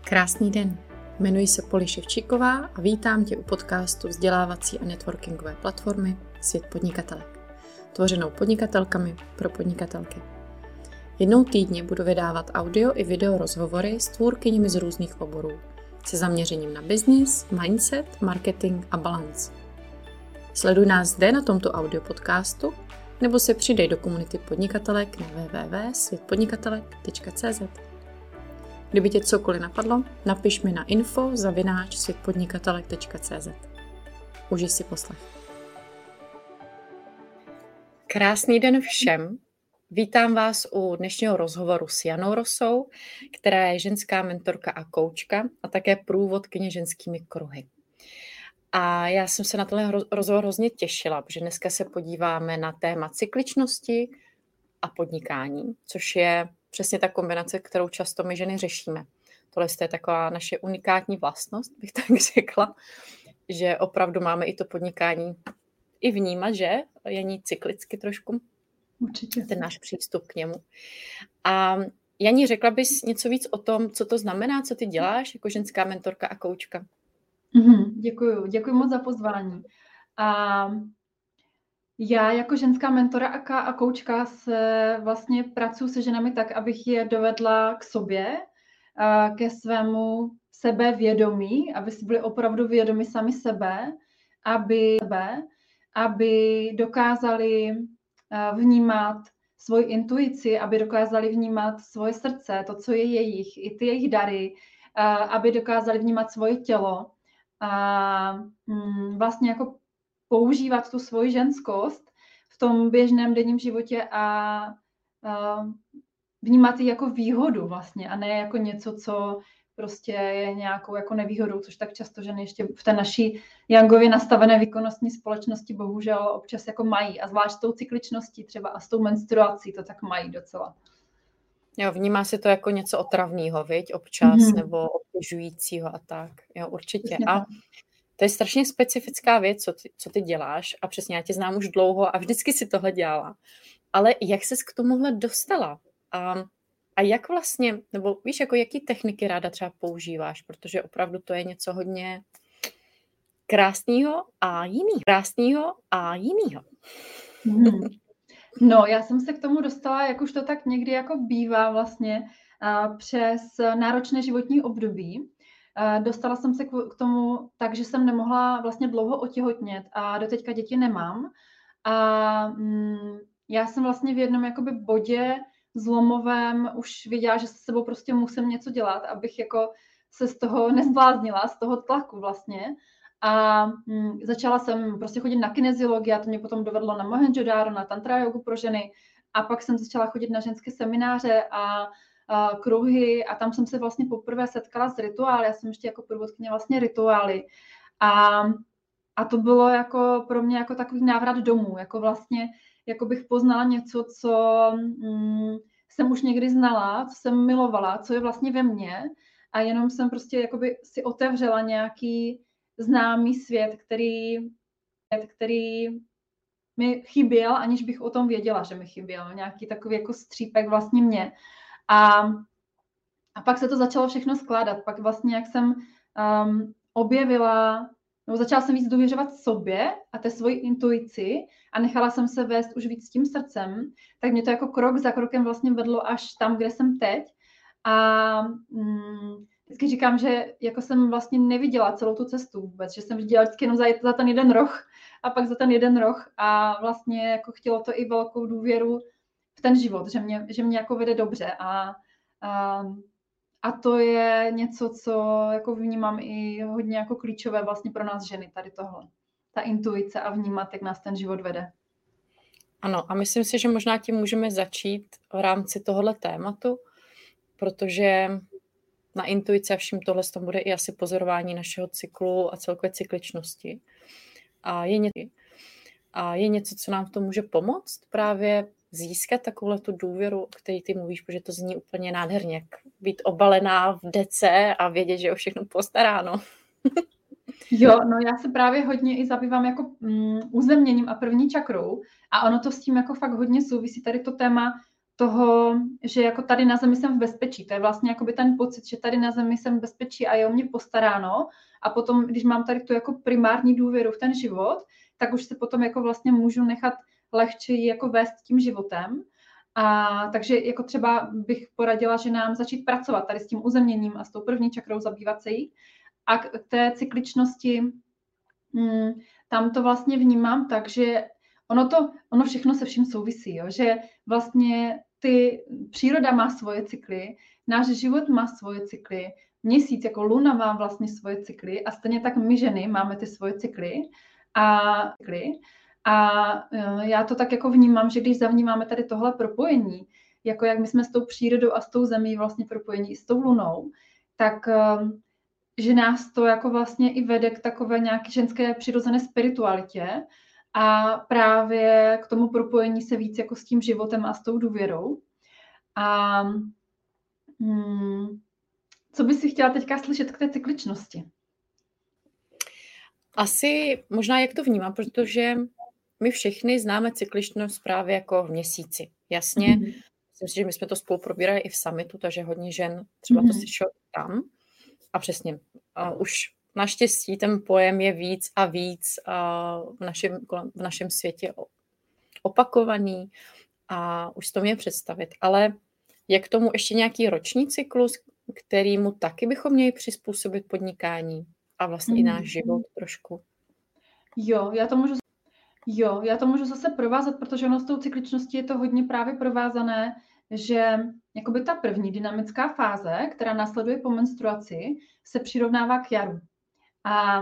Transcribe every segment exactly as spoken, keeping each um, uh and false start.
Krásný den, jmenuji se Poli Ševčíková a vítám tě u podcastu vzdělávací a networkingové platformy Svět podnikatelek, tvořenou podnikatelkami pro podnikatelky. Jednou týdně budu vydávat audio i video rozhovory s tvůrkyněmi z různých oborů, se zaměřením na business, mindset, marketing a balance. Sleduj nás zde na tomto audio podcastu nebo se přidej do komunity podnikatelek na w w w tečka svět podnikatelek tečka c z. Kdyby tě cokoliv napadlo, napiš mi na info zavináč svět podnikatelek tečka c z. Užij si poslech. Krásný den všem. Vítám vás u dnešního rozhovoru s Janou Rosou, která je ženská mentorka a koučka a také průvodkyně ženskými kruhy. A já jsem se na tenhle rozhovor hrozně těšila, protože dneska se podíváme na téma cykličnosti a podnikání, což je přesně ta kombinace, kterou často my ženy řešíme. Tohle je taková naše unikátní vlastnost, bych tak řekla, že opravdu máme i to podnikání i vnímat, že je ní cyklicky trošku. Určitě. Ten náš přístup k němu. A Jani, řekla bys něco víc o tom, co to znamená, co ty děláš jako ženská mentorka a koučka? Mm, děkuju, děkuji moc za pozvání. A já jako ženská mentora a koučka se vlastně pracuji se ženami tak, abych je dovedla k sobě, ke svému sebevědomí, aby si byli opravdu vědomi sami sebe, aby, aby dokázali vnímat svoji intuici, aby dokázali vnímat svoje srdce, to, co je jejich, i ty jejich dary, aby dokázali vnímat svoje tělo a vlastně jako používat tu svoji ženskost v tom běžném denním životě a vnímat ji jako výhodu vlastně a ne jako něco, co prostě je nějakou jako nevýhodou, což tak často ženy ještě v té naší jangově nastavené výkonnostní společnosti bohužel občas jako mají. A zvlášť s tou cykličností třeba a s tou menstruací to tak mají docela. Jo, vnímá se to jako něco otravného, viď, občas, mm-hmm. nebo obtěžujícího a tak. Jo, určitě. Přesně a tak. To je strašně specifická věc, co ty, co ty děláš a přesně já tě znám už dlouho a vždycky si tohle dělala. Ale jak ses k tomuhle dostala? A A jak vlastně, nebo víš, jako jaký techniky ráda třeba používáš, protože opravdu to je něco hodně krásného a jinýho. Krásného a jinýho. Hmm. No, já jsem se k tomu dostala, jak už to tak někdy jako bývá vlastně, přes náročné životní období. Dostala jsem se k tomu tak, že jsem nemohla vlastně dlouho otěhotnět a doteďka děti nemám. A mm, já jsem vlastně v jednom jakoby bodě zlomovém už věděla, že se sebou prostě musím něco dělat, abych jako se z toho nezbláznila, z toho tlaku vlastně. A hm, začala jsem prostě chodit na kineziologii a to mě potom dovedlo na Mohenjo-daro, na tantra jogu pro ženy. A pak jsem začala chodit na ženské semináře a, a kruhy a tam jsem se vlastně poprvé setkala s rituály. Já jsem ještě jako průvodkyně vlastně rituály. A, a to bylo jako pro mě jako takový návrat domů, jako vlastně jako bych poznala něco, co mm, jsem už někdy znala, co jsem milovala, co je vlastně ve mně a jenom jsem prostě jakoby si otevřela nějaký známý svět, který, který mi chyběl, aniž bych o tom věděla, že mi chyběl. Nějaký takový jako střípek vlastně mě. A, a pak se to začalo všechno skládat. Pak vlastně, jak jsem um, objevila nebo začala jsem víc důvěřovat sobě a té svoji intuici a nechala jsem se vést už víc tím srdcem, tak mě to jako krok za krokem vlastně vedlo až tam, kde jsem teď. A mm, vždycky říkám, že jako jsem vlastně neviděla celou tu cestu vůbec, že jsem viděla vždycky jenom za, za ten jeden roh a pak za ten jeden roh a vlastně jako chtělo to i velkou důvěru v ten život, že mě, že mě jako vede dobře a, a A to je něco, co jako vnímám i hodně jako klíčové vlastně pro nás ženy, tady tohle. Ta intuice a vnímat, jak nás ten život vede. Ano, a myslím si, že možná tím můžeme začít v rámci tohohle tématu, protože na intuici a vším tohle to bude i asi pozorování našeho cyklu a celkové cykličnosti. A je něco, a je něco, co nám v tom může pomoct právě získat takovou tu důvěru, o které ty mluvíš, protože to zní úplně nádherně, jak být obalená v dece a vědět, že je o všechno postaráno. Jo, no já se právě hodně i zabývám jako mm, uzemněním a první čakrou a ono to s tím jako fakt hodně souvisí, tady to téma toho, že jako tady na zemi jsem v bezpečí. To je vlastně jakoby ten pocit, že tady na zemi jsem v bezpečí a je o mě postaráno. A potom, když mám tady tu jako primární důvěru v ten život, tak už se potom jako vlastně můžu nechat lehčeji jako vést tím životem. A takže jako třeba bych poradila, že nám začít pracovat tady s tím uzemněním a s tou první čakrou zabývat se jí. A k té cykličnosti, hmm, tam to vlastně vnímám tak, že ono, to, ono všechno se vším souvisí, jo? Že vlastně ty, příroda má svoje cykly, náš život má svoje cykly, měsíc jako luna má vlastně svoje cykly a stejně tak my ženy máme ty svoje cykly a cykly. A já to tak jako vnímám, že když zavnímáme tady tohle propojení, jako jak my jsme s tou přírodou a s tou zemí vlastně propojení s tou lunou, tak že nás to jako vlastně i vede k takové nějaké ženské přirozené spiritualitě a právě k tomu propojení se víc jako s tím životem a s tou důvěrou. A hmm, co bys si chtěla teďka slyšet k té cykličnosti? Asi možná jak to vnímám, protože my všichni známe cykličnost právě jako v měsíci. Jasně, mm-hmm. myslím si, že my jsme to spolu probírali i v summitu, takže hodně žen třeba mm-hmm. to slyšelo tam. A přesně, uh, už naštěstí ten pojem je víc a víc uh, v, našem, v našem světě opakovaný a už to mě představit. Ale je k tomu ještě nějaký roční cyklus, kterýmu taky bychom měli přizpůsobit podnikání a vlastně mm. i náš život trošku. Jo, já to můžu, jo, já to můžu zase provázat, protože ono s tou cykličností je to hodně právě provázané, že jakoby ta první dynamická fáze, která následuje po menstruaci, se přirovnává k jaru. A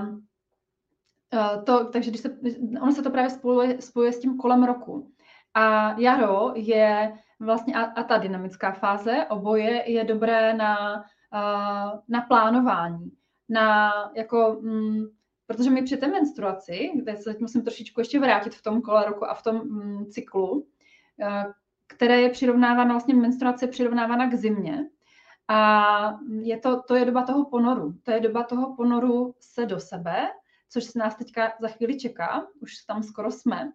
to, takže když se, ono se to právě spojuje, spojuje s tím kolem roku. A jaro je vlastně, a, a ta dynamická fáze, oboje je dobré na, na plánování. Na, jako, mm, protože my při té menstruaci, kde se teď musím trošičku ještě vrátit v tom kole roku a v tom mm, cyklu, které je přirovnávána, vlastně menstruace je přirovnávána k zimě. A je to, to je doba toho ponoru. To je doba toho ponoru se do sebe, což se nás teďka za chvíli čeká, už tam skoro jsme.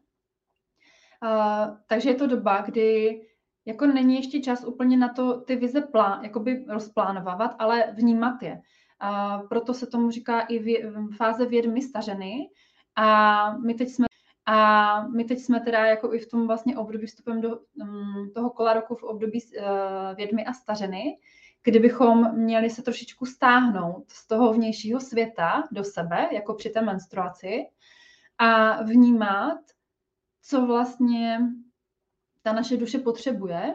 Uh, takže je to doba, kdy jako není ještě čas úplně na to ty vize plán, jakoby rozplánovávat, ale vnímat je. Uh, proto se tomu říká i vě, fáze vědmy stařeny. A my teď jsme A my teď jsme teda jako i v tom vlastně období vstupem do um, toho kola roku v období uh, vědmy a stařeny, kdy bychom měli se trošičku stáhnout z toho vnějšího světa do sebe, jako při té menstruaci, a vnímat, co vlastně ta naše duše potřebuje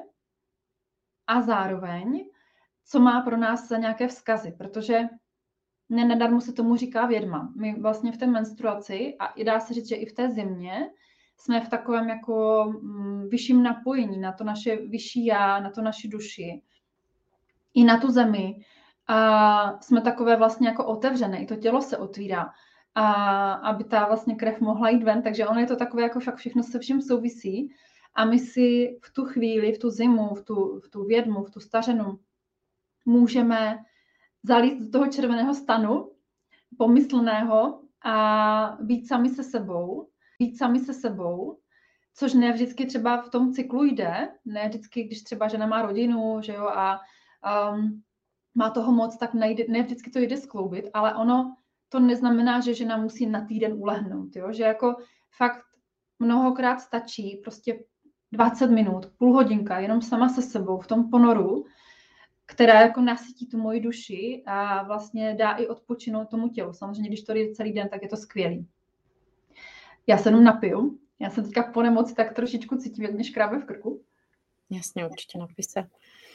a zároveň, co má pro nás za nějaké vzkazy, protože nenadarmo se tomu říká vědma. My vlastně v té menstruaci, a i dá se říct, že i v té zimě, jsme v takovém jako mm, vyšším napojení na to naše vyšší já, na to naši duši, i na tu zemi. A jsme takové vlastně jako otevřené, i to tělo se otvírá, a aby ta vlastně krev mohla jít ven, takže ono je to takové jako fakt všechno se vším souvisí. A my si v tu chvíli, v tu zimu, v tu, v tu vědmu, v tu stařenu můžeme zalít do toho červeného stanu pomyslného a být sami se sebou, být sami se sebou, což ne vždycky třeba v tom cyklu jde, ne vždycky, když třeba žena má rodinu, že jo, a um, má toho moc, tak nejde, ne vždycky to jde skloubit, ale ono to neznamená, že žena musí na týden ulehnout, jo, že jako fakt mnohokrát stačí prostě dvacet minut, půl hodinka, jenom sama se sebou v tom ponoru, která jako nasytí tu moji duši a vlastně dá i odpočinout tomu tělu. Samozřejmě, když to jde celý den, tak je to skvělý. Já se jenom napiju. Já jsem teďka po nemoci tak trošičku cítím, jak mě škrábe v krku. Jasně, určitě napij se.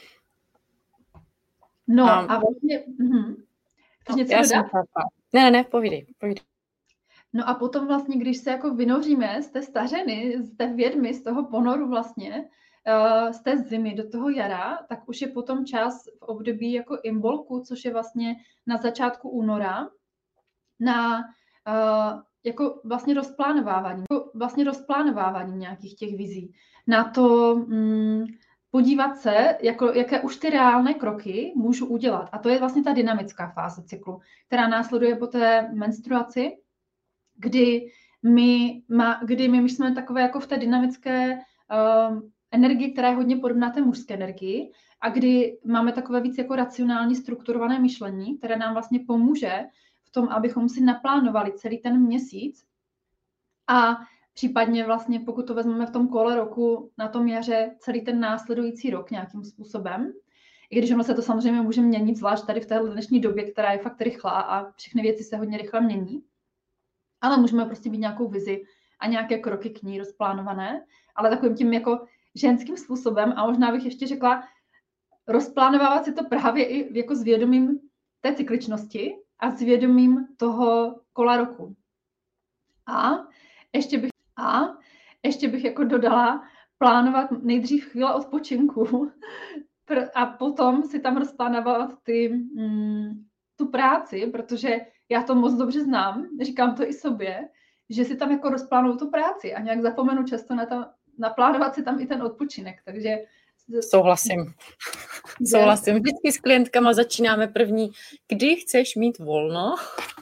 No um, a vlastně... Uh-huh. Chceš něco dodat? Ne, ne, ne, povídej, povídej. No a potom vlastně, když se jako vynoříme z té stařeny, z té vědmy, z toho ponoru vlastně, z té zimy do toho jara, tak už je potom čas v období jako imbolku, což je vlastně na začátku února, na jako vlastně rozplánovávání, vlastně rozplánovávání nějakých těch vizí, na to mm, podívat se, jako, jaké už ty reálné kroky můžu udělat. A to je vlastně ta dynamická fáze cyklu, která následuje po té menstruaci, kdy my, má, kdy my jsme takové jako v té dynamické um, energii, která je hodně podobná té mužské energii a kdy máme takové víc jako racionální strukturované myšlení, které nám vlastně pomůže v tom, abychom si naplánovali celý ten měsíc a případně vlastně, pokud to vezmeme v tom kole roku na tom jaře, celý ten následující rok nějakým způsobem. I když ono se to samozřejmě může měnit, zvlášť tady v téhle dnešní době, která je fakt rychlá a všechny věci se hodně rychle mění. Ale můžeme prostě mít nějakou vizi a nějaké kroky k ní rozplánované, ale takovým tím jako ženským způsobem a možná bych ještě řekla, rozplánovávat si to právě i jako s vědomím té cykličnosti a s vědomím toho kola roku. A ještě bych, a ještě bych jako dodala, plánovat nejdřív chvíle odpočinku a potom si tam rozplánovat ty, mm, tu práci, protože já to moc dobře znám, říkám to i sobě, že si tam jako rozplánuju tu práci a nějak zapomenu často na to, naplánovat si tam i ten odpočinek, takže... Souhlasím. Souhlasím. Vždycky s klientkama začínáme první, kdy chceš mít volno,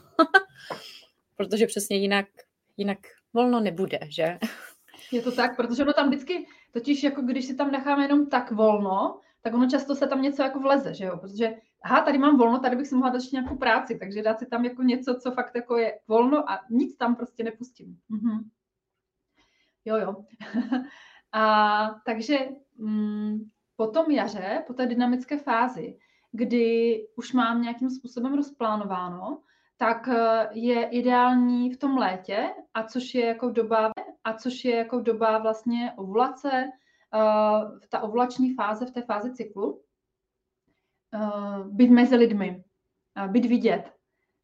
protože přesně jinak, jinak volno nebude, že? Je to tak, protože ono tam vždycky, totiž jako když si tam necháme jenom tak volno, tak ono často se tam něco jako vleze, že jo, protože aha, tady mám volno, tady bych si mohla začít nějakou práci, takže dát si tam jako něco, co fakt jako je volno a nic tam prostě nepustím. Mhm. Jo, jo. A takže mm, po tom jaře, po té dynamické fázi, kdy už mám nějakým způsobem rozplánováno, tak je ideální v tom létě, a což je jako doba, a což je jako doba vlastně ovulace, uh, ta ovulační fáze, v té fázi cyklu, uh, být mezi lidmi, uh, být vidět.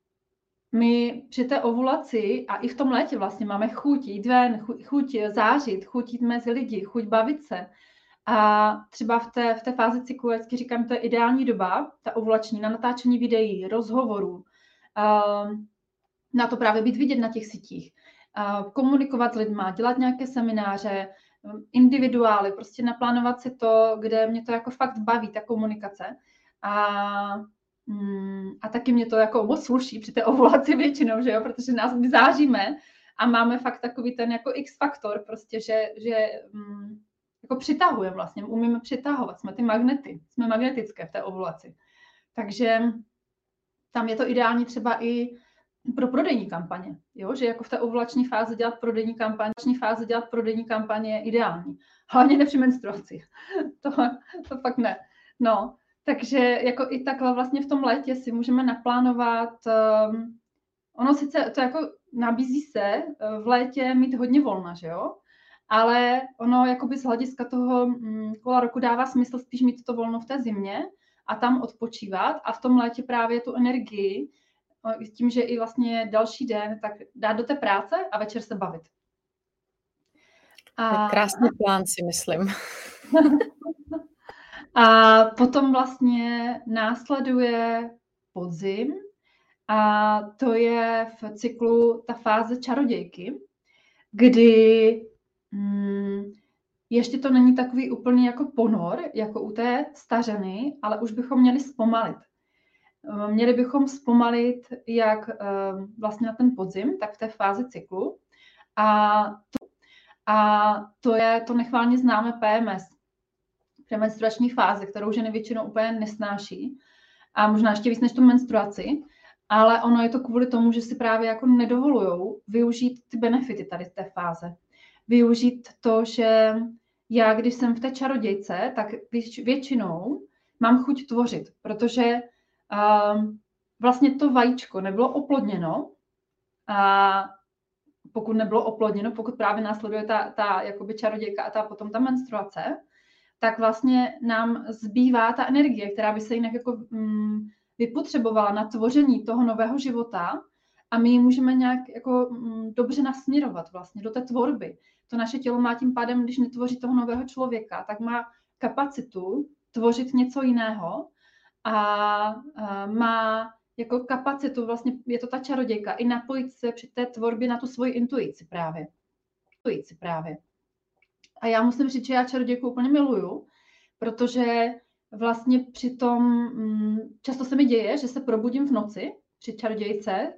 My při té ovulaci a i v tom létě vlastně máme chuť jít ven, chuť, chuť zářit, chuť jít mezi lidi, chuť bavit se. A třeba v té, v té fázi cyklu, jak říkám, to je ideální doba, ta ovulační, na natáčení videí, rozhovorů, na to právě být vidět na těch sítích, komunikovat s lidma, dělat nějaké semináře, individuály, prostě naplánovat si to, kde mě to jako fakt baví, ta komunikace. A, a taky mě to jako moc sluší při té ovulaci většinou, že jo, protože nás my záříme a máme fakt takový ten jako X-faktor, prostě, že, že jako přitahujeme vlastně, umíme přitahovat, jsme ty magnety, jsme magnetické v té ovulaci. Takže tam je to ideální třeba i pro prodejní kampaně, jo? Že jako v té ovulační fázi dělat prodejní kampaně, fázi dělat prodejní kampaně je ideální. Hlavně ne při menstruaci. to, to fakt ne. No, takže jako i takhle vlastně v tom létě si můžeme naplánovat, um, ono sice to jako nabízí se v létě mít hodně volna, že jo? Ale ono jakoby z hlediska toho um, kola roku dává smysl spíš mít to volno v té zimě a tam odpočívat a v tom létě právě tu energii, tím, že i vlastně další den, tak dát do té práce a večer se bavit. A... Krásný plán, si myslím. A potom vlastně následuje podzim a to je v cyklu ta fáze čarodějky, kdy hmm, ještě to není takový úplný jako ponor, jako u té stařeny, ale už bychom měli zpomalit. Měli bychom zpomalit jak vlastně na ten podzim, tak v té fázi cyklu. A to, a to je to nechválně známe P M S, premenstruační fáze, kterou ženy většinou úplně nesnáší. A možná ještě víc než tu menstruaci. Ale ono je to kvůli tomu, že si právě jako nedovolujou využít ty benefity tady z té fáze. Využít to, že já, když jsem v té čarodějce, tak většinou mám chuť tvořit, protože Um, vlastně to vajíčko nebylo oplodněno a pokud nebylo oplodněno, pokud právě následuje ta, ta jakoby čarodějka a ta, potom ta menstruace, tak vlastně nám zbývá ta energie, která by se jinak jako um, vypotřebovala na tvoření toho nového života a my ji můžeme nějak jako um, dobře nasměrovat vlastně do té tvorby. To naše tělo má tím pádem, když netvoří toho nového člověka, tak má kapacitu tvořit něco jiného, a má jako kapacitu, vlastně je to ta čarodějka, i napojit se při té tvorbě na tu svoji intuici právě. Intuici právě. A já musím říct, že já čarodějku úplně miluju, protože vlastně při tom, často se mi děje, že se probudím v noci při čarodějce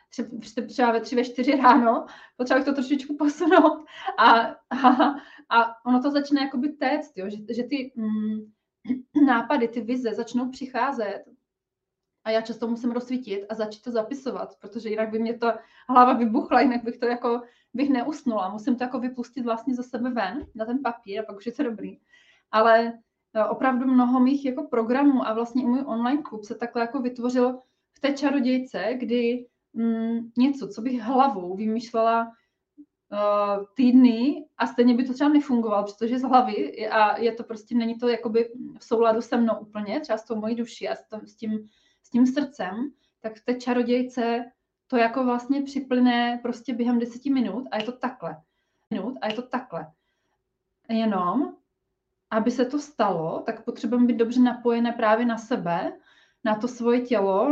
třeba, třeba ve tři, ve čtyři ráno, potřeba to trošičku posunout a, a, a ono to začne jakoby téct, jo, že, že ty mm, nápady, ty vize začnou přicházet a já často musím rozsvítit a začít to zapisovat, protože jinak by mě to hlava vybuchla, jinak bych to jako, bych neusnula. Musím to jako vypustit vlastně ze sebe ven na ten papír a pak už je to dobrý. Ale opravdu mnoho mých jako programů a vlastně i můj online klub se takhle jako vytvořil v té čarodějce, kdy mm, něco, co bych hlavou vymýšlela uh, týdny a stejně by to třeba nefungovalo, protože z hlavy a je to prostě, není to jakoby v souladu se mnou úplně, třeba s tou mojí duší a s, tom, s, tím, s tím srdcem, tak v té čarodějce to jako vlastně připlyne prostě během deseti minut a je to takhle. Minut a je to takhle. Jenom aby se to stalo, tak potřebujeme být dobře napojené právě na sebe, na to svoje tělo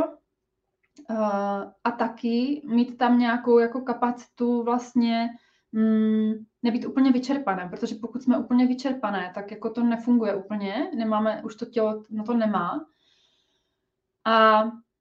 a taky mít tam nějakou jako kapacitu vlastně mm, nebýt úplně vyčerpané, protože pokud jsme úplně vyčerpané, tak jako to nefunguje úplně, nemáme, už to tělo na to nemá. A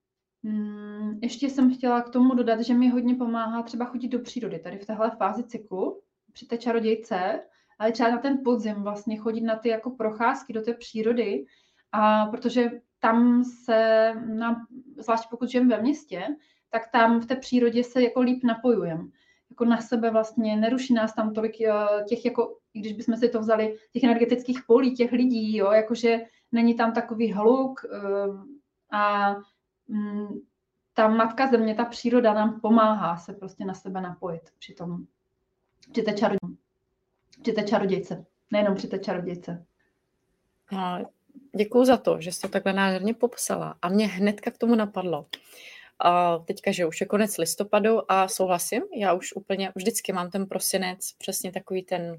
mm, ještě jsem chtěla k tomu dodat, že mi hodně pomáhá třeba chodit do přírody, tady v téhle fázi cyklu, při té čarodějce, ale třeba na ten podzim vlastně chodit na ty jako procházky do té přírody, a protože tam se, na, zvlášť pokud žijeme ve městě, tak tam v té přírodě se jako líp napojujeme. Jako na sebe vlastně neruší nás tam tolik těch jako, i když bychom si to vzali, těch energetických polí, těch lidí, jo, jakože není tam takový hluk a mm, ta matka země, ta příroda nám pomáhá se prostě na sebe napojit při tom, při té čarodějce. Při té čarodějce, nejenom při té čarodějce. Děkuju za to, že jsi to takhle nádherně popsala. A mě hnedka k tomu napadlo. A teďka, že už je konec listopadu a souhlasím, já už úplně, vždycky mám ten prosinec, přesně takový ten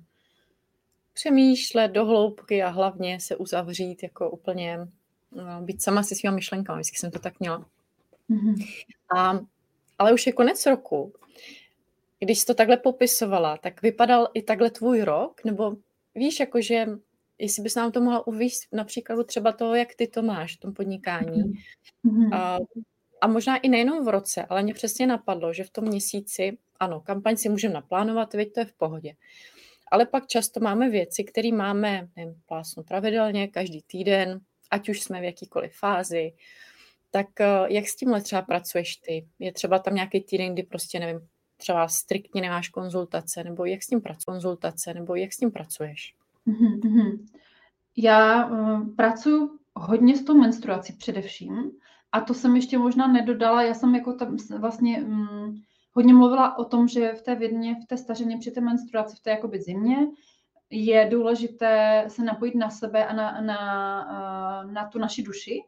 přemýšlet do hloubky a hlavně se uzavřít, jako úplně no, být sama se svýma myšlenkami, vždycky jsem to tak měla. Mm-hmm. A, ale už je konec roku. Když jsi to takhle popisovala, tak vypadal i takhle tvůj rok? Nebo víš, jakože, jestli bys nám to mohla uvést například třeba toho, jak ty to máš v tom podnikání. Mm-hmm. A, a možná i nejenom v roce, ale mě přesně napadlo, že v tom měsíci, ano, kampaň si můžeme naplánovat, veď to je v pohodě. Ale pak často máme věci, které máme, nevím, plásnu pravidelně, každý týden, ať už jsme v jakýkoliv fázi. Tak jak s tímhle třeba pracuješ ty? Je třeba tam nějaký týden, kdy prostě, nevím, třeba striktně nemáš konzultace, nebo jak s tím pracuješ? Konzultace, nebo jak s tím pracuješ? Mm-hmm. Já uh, pracuji hodně s tou menstruací především a to jsem ještě možná nedodala, já jsem jako tam vlastně um, hodně mluvila o tom, že v té Vidně, v té stařeně při té menstruaci, v té jakoby zimě je důležité se napojit na sebe a na, na, uh, na tu naši duši,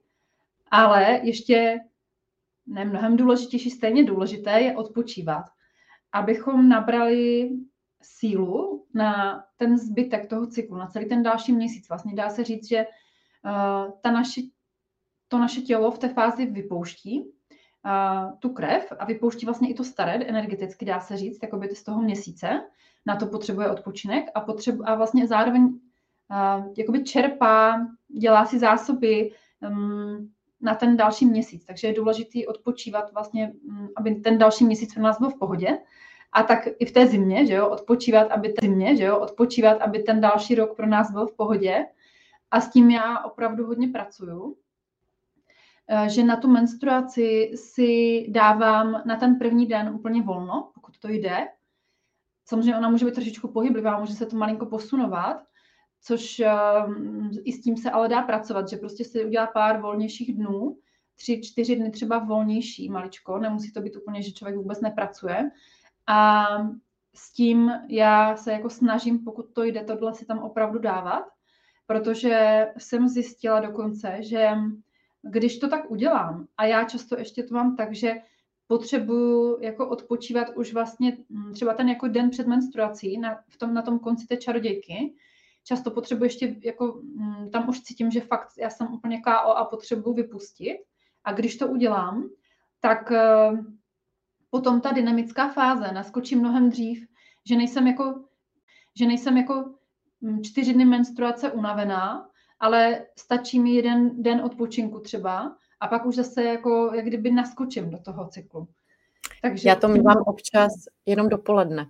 ale ještě ne mnohem důležitější, stejně důležité je odpočívat. Abychom nabrali sílu na ten zbytek toho cyklu, na celý ten další měsíc. Vlastně dá se říct, že uh, ta naše, to naše tělo v té fázi vypouští uh, tu krev a vypouští vlastně i to staré energeticky, dá se říct, jakoby z toho měsíce. Na to potřebuje odpočinek a, potřebu, a vlastně zároveň uh, jakoby čerpá, dělá si zásoby um, na ten další měsíc. Takže je důležité odpočívat vlastně, aby ten další měsíc pro nás byl v pohodě. A tak i v té zimě, že jo, odpočívat, aby ten zimě, že jo, odpočívat, aby ten další rok pro nás byl v pohodě. A s tím já opravdu hodně pracuju. Že na tu menstruaci si dávám na ten první den úplně volno, pokud to jde. Samozřejmě ona může být trošičku pohyblivá, může se to malinko posunovat, což um, i s tím se ale dá pracovat, že prostě si udělá pár volnějších dnů, tři, čtyři dny třeba volnější maličko, nemusí to být úplně, že člověk vůbec nepracuje. A s tím já se jako snažím, pokud to jde, tohle si tam opravdu dávat, protože jsem zjistila dokonce, že když to tak udělám, a já často ještě to mám tak, že potřebuju jako odpočívat už vlastně třeba ten jako den před menstruací na, v tom, na tom konci té čarodějky. Často potřebuji ještě, jako, tam už cítím, že fakt já jsem úplně ká ó a potřebuji vypustit. A když to udělám, tak potom ta dynamická fáze naskočí mnohem dřív, že nejsem jako, že nejsem jako čtyři dny menstruace unavená, ale stačí mi jeden den odpočinku třeba a pak už zase jako, jak kdyby naskočím do toho cyklu. Takže Já to mívám občas jenom dopoledne.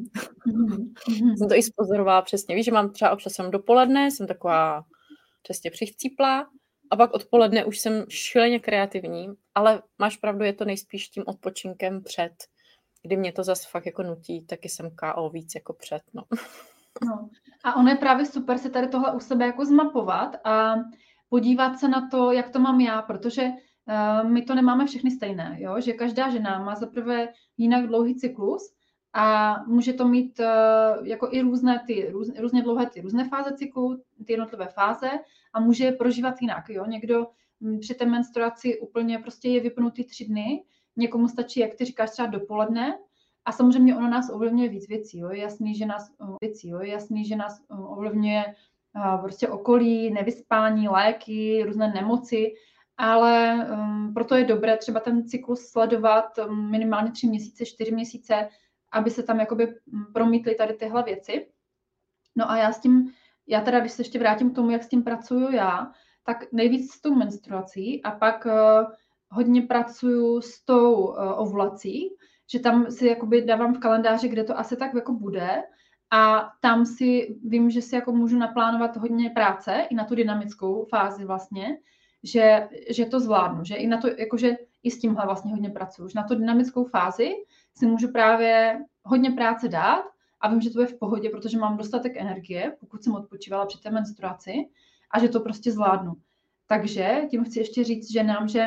Mm-hmm. Jsem to i spozorovala přesně. Víš, že mám třeba občas jsem dopoledne, jsem taková přesně přichcíplá a pak odpoledne už jsem šíleně kreativní, ale máš pravdu, je to nejspíš tím odpočinkem před, kdy mě to zase fakt jako nutí, taky jsem ká ó víc jako před, no. No. A ono je právě super si tady tohle u sebe jako zmapovat a podívat se na to, jak to mám já, protože uh, my to nemáme všechny stejné, jo? Že každá žena má zaprvé jinak dlouhý cyklus a může to mít uh, jako i různé ty, růz, různě dlouhé ty různé fáze cyklu, ty jednotlivé fáze a může je prožívat jinak, jo? Někdo m, při té menstruaci úplně prostě je vypnutý tři dny, někomu stačí, jak ty říkáš, třeba dopoledne. A samozřejmě ono nás ovlivňuje víc věcí, jo. Je jasný, že nás věcí, jo. Je jasný, že nás ovlivňuje uh, prostě okolí, nevyspání, léky, různé nemoci, ale um, proto je dobré třeba ten cyklus sledovat um, minimálně tři měsíce, čtyři měsíce, aby se tam jakoby promítly tady tyhle věci. No a já s tím, já teda, když se ještě vrátím k tomu, jak s tím pracuju já, tak nejvíc s tou menstruací a pak uh, hodně pracuju s tou uh, ovulací, že tam si jakoby dávám v kalendáři, kde to asi tak jako bude a tam si vím, že si jako můžu naplánovat hodně práce i na tu dynamickou fázi vlastně, že, že to zvládnu, že i na to, jakože i s tímhle vlastně hodně pracuju, že na tu dynamickou fázi si můžu právě hodně práce dát a vím, že to je v pohodě, protože mám dostatek energie, pokud jsem odpočívala při té menstruaci a že to prostě zvládnu. Takže tím chci ještě říct ženám, že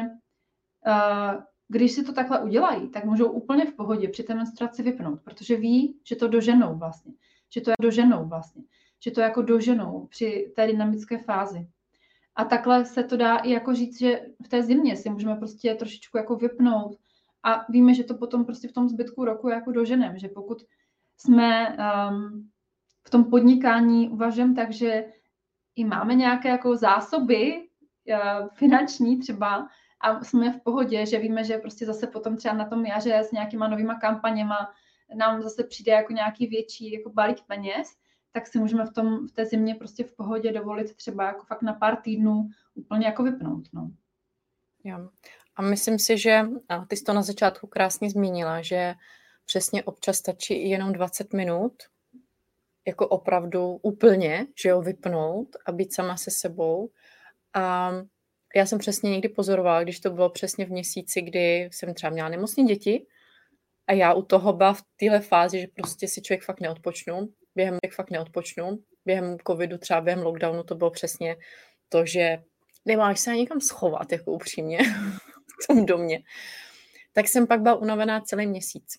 uh, když si to takhle udělají, tak můžou úplně v pohodě při té menstruaci vypnout, protože ví, že to doženou vlastně, že to je doženou vlastně, že to jako doženou při té dynamické fázi. A takhle se to dá i jako říct, že v té zimě si můžeme prostě trošičku jako vypnout a víme, že to potom prostě v tom zbytku roku jako doženem, že pokud jsme um, v tom podnikání uvažujeme tak, že i máme nějaké jako zásoby uh, finanční třeba, a jsme v pohodě, že víme, že prostě zase potom třeba na tom jaře s nějakýma novýma kampaněma nám zase přijde jako nějaký větší jako balík peněz, tak si můžeme v, tom, v té zimě prostě v pohodě dovolit třeba jako fakt na pár týdnů úplně jako vypnout. No. Jo. A myslím si, že a ty jsi to na začátku krásně zmínila, že přesně občas stačí i jenom dvacet minut, jako opravdu úplně, že jo, vypnout a být sama se sebou. A já jsem přesně někdy pozorovala, když to bylo přesně v měsíci, kdy jsem třeba měla nemocné děti a já u toho byla v téhle fázi, že prostě si člověk fakt neodpočnu, během fakt neodpočnu, během covidu, třeba během lockdownu to bylo přesně to, že nemáš se někam schovat, jako upřímně, v tom domě. Tak jsem pak byla unavená celý měsíc.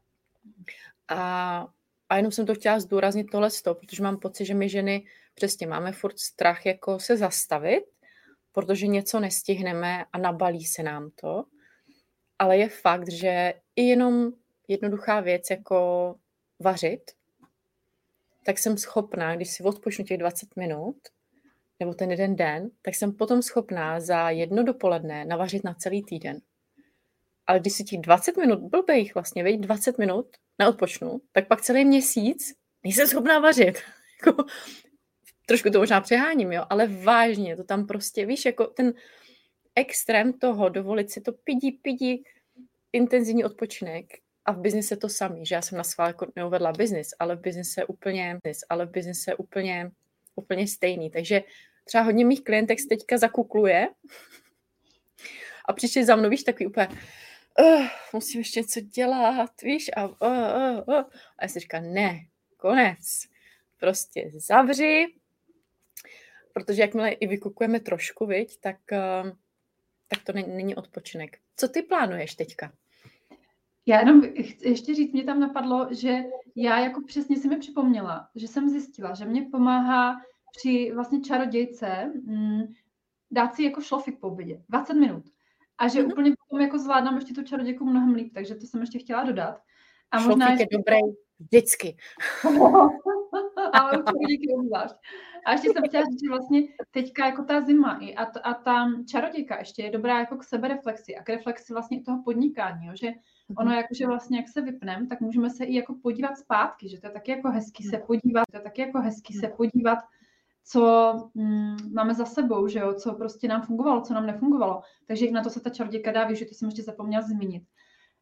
A, a jenom jsem to chtěla zdůraznit tohle z toho, protože mám pocit, že my ženy přesně máme furt strach jako se zastavit, protože něco nestihneme a nabalí se nám to. Ale je fakt, že i jenom jednoduchá věc jako vařit, tak jsem schopná, když si odpočnu těch dvacet minut, nebo ten jeden den, tak jsem potom schopná za jedno dopoledne navařit na celý týden. Ale když si těch dvacet minut, blbejch vlastně, veď dvacet minut neodpočnu, tak pak celý měsíc nejsem schopná vařit. Jako, trošku to možná přeháním, jo, ale vážně, to tam prostě, víš, jako ten extrém toho, dovolit si to pidi, pidi, intenzivní odpočinek a v biznise to samý, že já jsem na schvál jako neuvedla biznis, ale v biznise úplně, ale v biznise úplně, úplně stejný, takže třeba hodně mých klientek se teďka zakukluje a přišli za mnou, víš, takový úplně uh, musím ještě něco dělat, víš, a, uh, uh, uh. a já si říkám, ne, konec, prostě zavři, protože jakmile i vykukujeme trošku, viď, tak, uh, tak to není, není odpočinek. Co ty plánuješ teďka? Já jenom chci ještě říct, mě tam napadlo, že já jako přesně si mi připomněla, že jsem zjistila, že mě pomáhá při vlastně čarodějce mm, dát si jako šlofik po obědě, dvacet minut. A že mm-hmm. úplně potom jako zvládám ještě tu čarodějku mnohem líp, takže to jsem ještě chtěla dodat. A šlofik možná je ještě... dobrý vždycky. Ale u čarodějky obzvlášť. A ještě jsem chtěla říct, že vlastně teďka jako ta zima i a, t- a ta čarodějka ještě je dobrá jako k sebereflexi a k reflexi vlastně toho podnikání, jo? Že ono jakože vlastně jak se vypneme, tak můžeme se i jako podívat zpátky, že to je taky jako hezký se podívat, to je taky jako hezký se podívat, co mm, máme za sebou, že jo, co prostě nám fungovalo, co nám nefungovalo. Takže i na to se ta čarodějka dá využít, to jsem ještě zapomněla zmínit.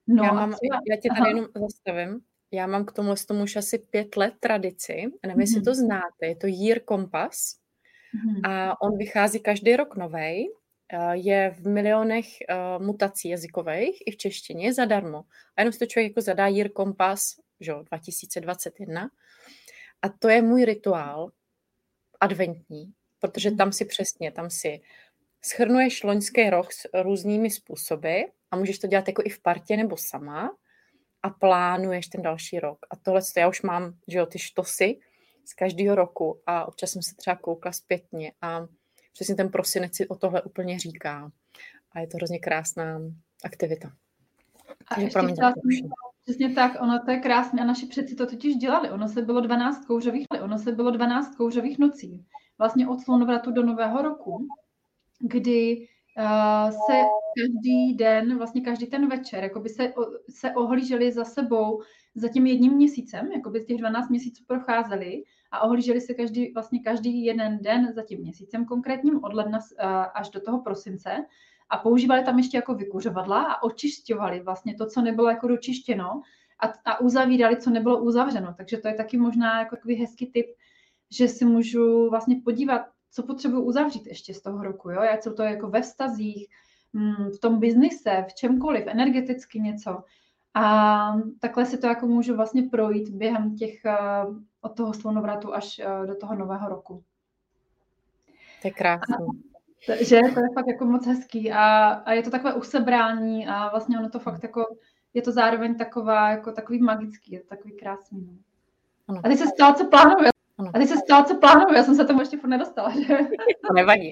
No Já a mám, co já? já tě tady Aha. jenom zastavím. Já mám k tomu, s tomu už asi pět let tradici. Nevím, jestli Mhm. to znáte. Je to Year Compass Mhm. a on vychází každý rok novej. Eh, Je v milionech eh, mutací jazykových i v češtině zadarmo. A jenom si to člověk jako zadá Year Compass, že jo, dva tisíce dvacet jedna. A to je můj rituál adventní, protože Mhm. tam si přesně, tam si shrnuješ loňský rok s různými způsoby a můžeš to dělat jako i v partě nebo sama a plánuješ ten další rok. A tohle já už mám, že jo, ty štosy z každého roku a občas jsem se třeba koukla zpětně a přesně ten prosinec si o tohle úplně říká. A je to hrozně krásná aktivita. A Takže ještě promiň, chtěla to jsem, přesně tak, ono to je krásné a naši předci to totiž dělali. Ono se bylo dvanáct kouřových, ono se bylo dvanáct kouřových nocí. Vlastně od slunovratu do nového roku, kdy uh, se každý den, vlastně každý ten večer, jakoby se, se ohlíželi za sebou za tím jedním měsícem, jakoby těch dvanáct měsíců procházeli a ohlíželi se každý, vlastně každý jeden den za tím měsícem konkrétním od ledna uh, až do toho prosince a používali tam ještě jako vykuřovadla a očišťovali vlastně to, co nebylo jako dočištěno a, a uzavírali, co nebylo uzavřeno. Takže to je taky možná jako takový hezký tip, že si můžu vlastně podívat, co potřebuji uzavřít ještě z toho roku, jo? Ať jsou to jako ve vztazích, v tom biznise, v čemkoliv, energeticky něco. A takhle si to jako můžu vlastně projít během těch, od toho slunovratu až do toho nového roku. To je krásný. Že to je fakt jako moc hezký a, a je to takové usebrání a vlastně ono to fakt jako, je to zároveň taková, jako takový magický, je to takový krásný. No. A teď se stalo, co plánuju. Ano. A teď se stalo, co plánuju, já jsem se tomu ještě furt nedostala, že? To nevadí.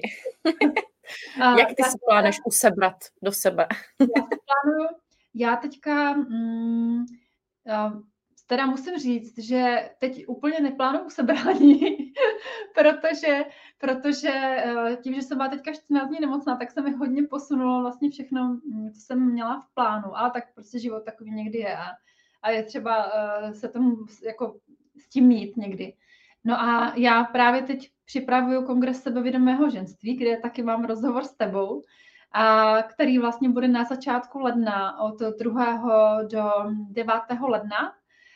A jak ty si plánuješ usebrat do sebe? Já si plánuju, já teďka, mm, teda musím říct, že teď úplně neplánuju usebrání, protože, protože tím, že jsem byla teďka čtrnáct dní nemocná, tak se mi hodně posunulo vlastně všechno, co jsem měla v plánu, ale tak prostě život takový někdy je a, a je třeba se tomu jako s tím mít někdy. No a já právě teď připravuju kongres sebevědomého ženství, kde taky mám rozhovor s tebou, a který vlastně bude na začátku ledna od druhého do devátého ledna.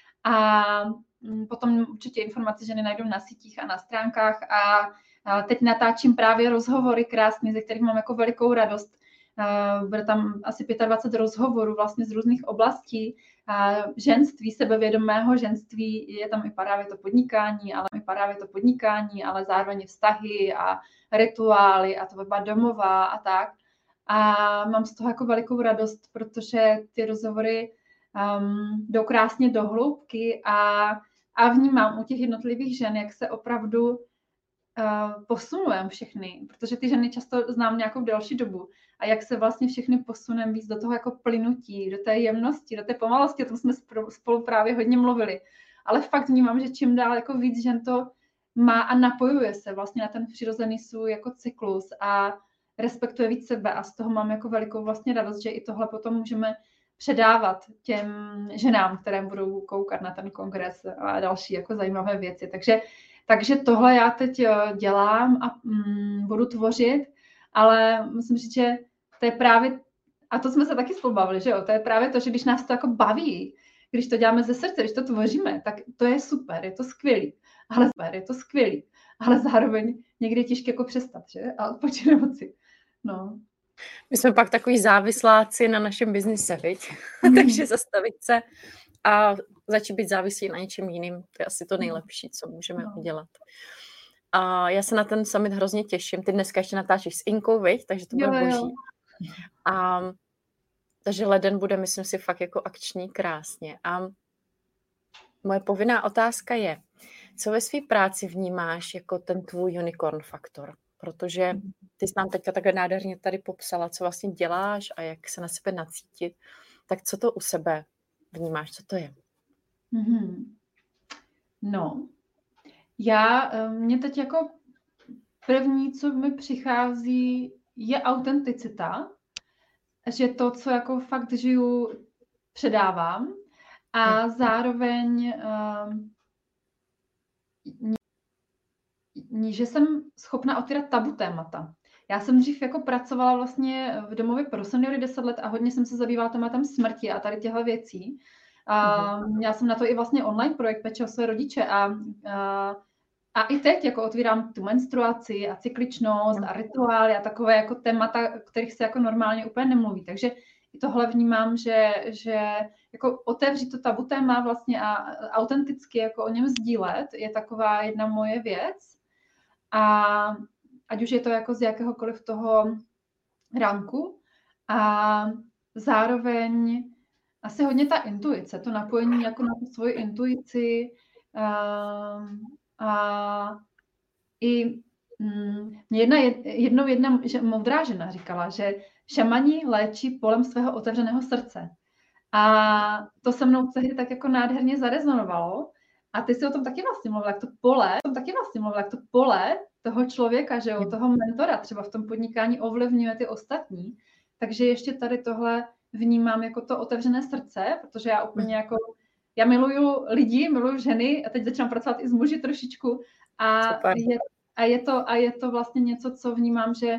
A potom určitě informace ženy najdou na sítích a na stránkách. A teď natáčím právě rozhovory krásný, ze kterých mám jako velikou radost. Bude tam asi dvacet pět rozhovorů vlastně z různých oblastí. Ženství, sebevědomého ženství, je tam i právě to podnikání, ale i právě to podnikání, ale zároveň vztahy a rituály a tvorba domová a tak. A mám z toho jako velikou radost, protože ty rozhovory um, jdou krásně do hloubky a, a vnímám u těch jednotlivých žen, jak se opravdu uh, posunujeme všechny, protože ty ženy často znám nějakou delší dobu a jak se vlastně všechny posuneme víc do toho jako plynutí, do té jemnosti, do té pomalosti, o tom jsme spolu právě hodně mluvili. Ale fakt vnímám, že čím dál jako víc žen to má a napojuje se vlastně na ten přirozený svůj jako cyklus a respektuje víc sebe a z toho mám jako velikou vlastně radost, že i tohle potom můžeme předávat těm ženám, které budou koukat na ten kongres a další jako zajímavé věci. Takže, takže tohle já teď dělám a mm, budu tvořit, ale musím říct, že to je právě, a to jsme se taky spolu bavili, že jo, to je právě to, že když nás to jako baví, když to děláme ze srdce, když to tvoříme, tak to je super, je to skvělý, ale super, je to skvělý, ale zároveň někdy je těžké jako přestat, že? A odpočinout moci. No. My jsme pak takový závisláci na našem biznise, viď? Mm. Takže zastavit se a začít být závislí na něčem jiným, to je asi to nejlepší, co můžeme no. udělat. A já se na ten summit hrozně těším. Ty dneska ještě natáčíš s Inkou, viď? Takže to bude boží. A takže leden bude, myslím si, fakt jako akční krásně. A moje povinná otázka je, co ve své práci vnímáš jako ten tvůj unicorn faktor? Protože ty jsi nám teďka takhle nádherně tady popsala, co vlastně děláš a jak se na sebe nacítit. Tak co to u sebe vnímáš? Co to je? Mm-hmm. No, já, mě teď jako první, co mi přichází, je autenticita, že to, co jako fakt žiju, předávám a zároveň um, že jsem schopna otvírat tabu témata. Já jsem dřív jako pracovala vlastně v domově pro seniory deset let a hodně jsem se zabývala tématem smrti a tady těchto věcí. A Mhm. měla jsem na to i vlastně online projekt Péče o své rodiče a, a, a i teď jako otvírám tu menstruaci a cykličnost Jo. a rituály a takové jako témata, o kterých se jako normálně úplně nemluví. Takže i tohle vnímám, že, že jako otevřít to tabu téma vlastně a autenticky jako o něm sdílet je taková jedna moje věc. A ať už je to jako z jakéhokoliv toho ranku. A zároveň asi hodně ta intuice, to napojení jako na tu svoji intuici. A, a i mm, jedna, jednou jedna že moudrá žena říkala, že šamani léčí polem svého otevřeného srdce. A to se mnou tehdy tak jako nádherně zarezonovalo. A ty si o tom taky vlastně mluvila, jak to pole, o tom taky vlastně mluvila, jak to pole toho člověka, že jo, toho mentora třeba v tom podnikání ovlivňuje ty ostatní. Takže ještě tady tohle vnímám jako to otevřené srdce, protože já úplně jako, já miluju lidi, miluju ženy a teď začínám pracovat i s muži trošičku a je, a je to, a je to vlastně něco, co vnímám, že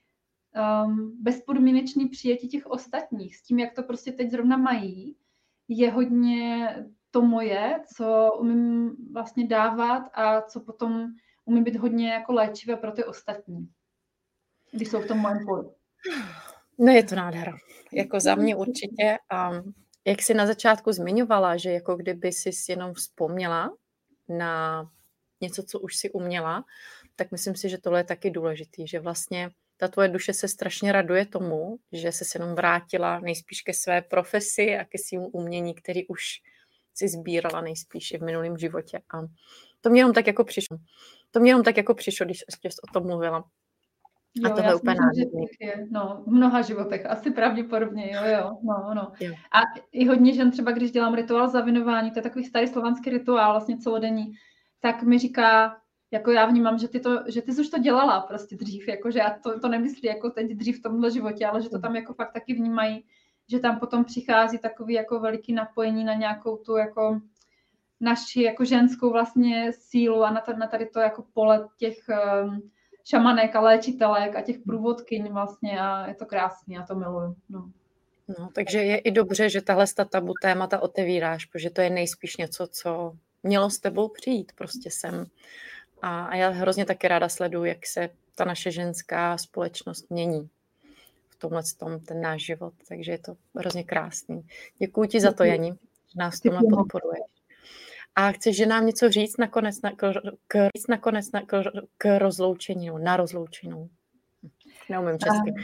um, bezpodmínečný přijetí těch ostatních s tím, jak to prostě teď zrovna mají, je hodně to moje, co umím vlastně dávat a co potom umí být hodně jako léčivé pro ty ostatní, když jsou v tom mém poli. No je to nádhera. Jako za mě určitě. A jak jsi na začátku zmiňovala, že jako kdyby jsi jenom vzpomněla na něco, co už si uměla, tak myslím si, že tohle je taky důležitý, že vlastně ta tvoje duše se strašně raduje tomu, že se jenom vrátila nejspíš ke své profesi a ke svým umění, který už si sbírala nejspíš i v minulém životě. A to mě jenom tak jako přišlo. To mě jenom tak jako přišlo, když jsi o tom mluvila. Jo, a to je úplně nádherný. No, v mnoha životech, asi pravděpodobně, jo, jo, no, no. Jo. A i hodně žen, třeba když dělám rituál zavinování, to je takový starý slovanský rituál, vlastně celodenní, tak mi říká, jako já vnímám, že ty, to, že ty jsi už to dělala prostě dřív, jako že já to, to nemyslí jako teď dřív v tomhle životě, ale že to tam jako fakt taky vnímají, že tam potom přichází takový jako veliký napojení na nějakou tu jako naši jako ženskou vlastně sílu a na, to, na tady to jako pole těch um, šamanek a léčitelek a těch průvodkyň vlastně a je to krásný, já to miluju. No. No, takže je i dobře, že tahle tabu témata otevíráš, protože to je nejspíš něco, co mělo s tebou přijít prostě sem. A, a já hrozně taky ráda sleduju, jak se ta naše ženská společnost mění v tomhle tom, ten náš život, takže je to hrozně krásný. Děkuju ti za to, Jani, že nás v tomhle podporuješ. A chceš, že nám něco říct nakonec na, k, k, říct nakonec na, k, k rozloučení, no, na rozloučení. Neumím česky.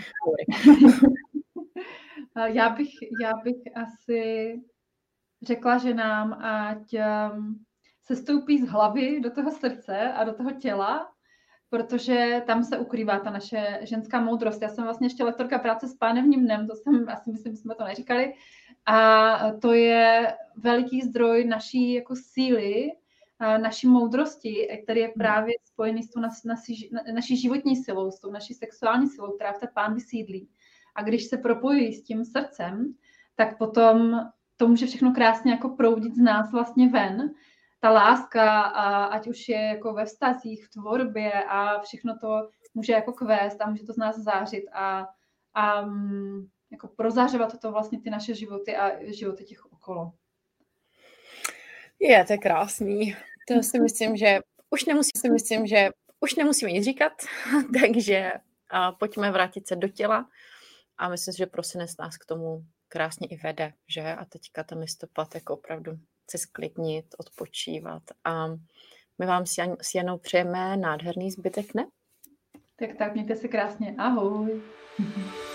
Já bych, já bych asi řekla ženám, ať um, se stoupí z hlavy do toho srdce a do toho těla, protože tam se ukrývá ta naše ženská moudrost. Já jsem vlastně ještě lektorka práce s pánevním dnem, to jsem, asi myslím, jsme to neříkali, a to je veliký zdroj naší jako síly, naší moudrosti, který je právě spojený s tou naší, naší životní silou, s tou naší sexuální silou, která v té pánvi sídlí. A když se propojí s tím srdcem, tak potom to může všechno krásně jako proudit z nás vlastně ven. Ta láska, a ať už je jako ve vztazích, v tvorbě a všechno to může jako kvést a může to z nás zářit a, a jako prozářovat to vlastně ty naše životy a životy těch okolo. Je, to je krásný. To si myslím, že už nemusím, si myslím, že už nemusíme nic říkat, takže a pojďme vrátit se do těla a myslím, že prosinec nás k tomu krásně i vede, že? A teďka ten listopad jako opravdu se sklidnit, odpočívat a my vám s, Jan, s Janou přejeme nádherný zbytek, ne? Tak tak, mějte se krásně. Ahoj.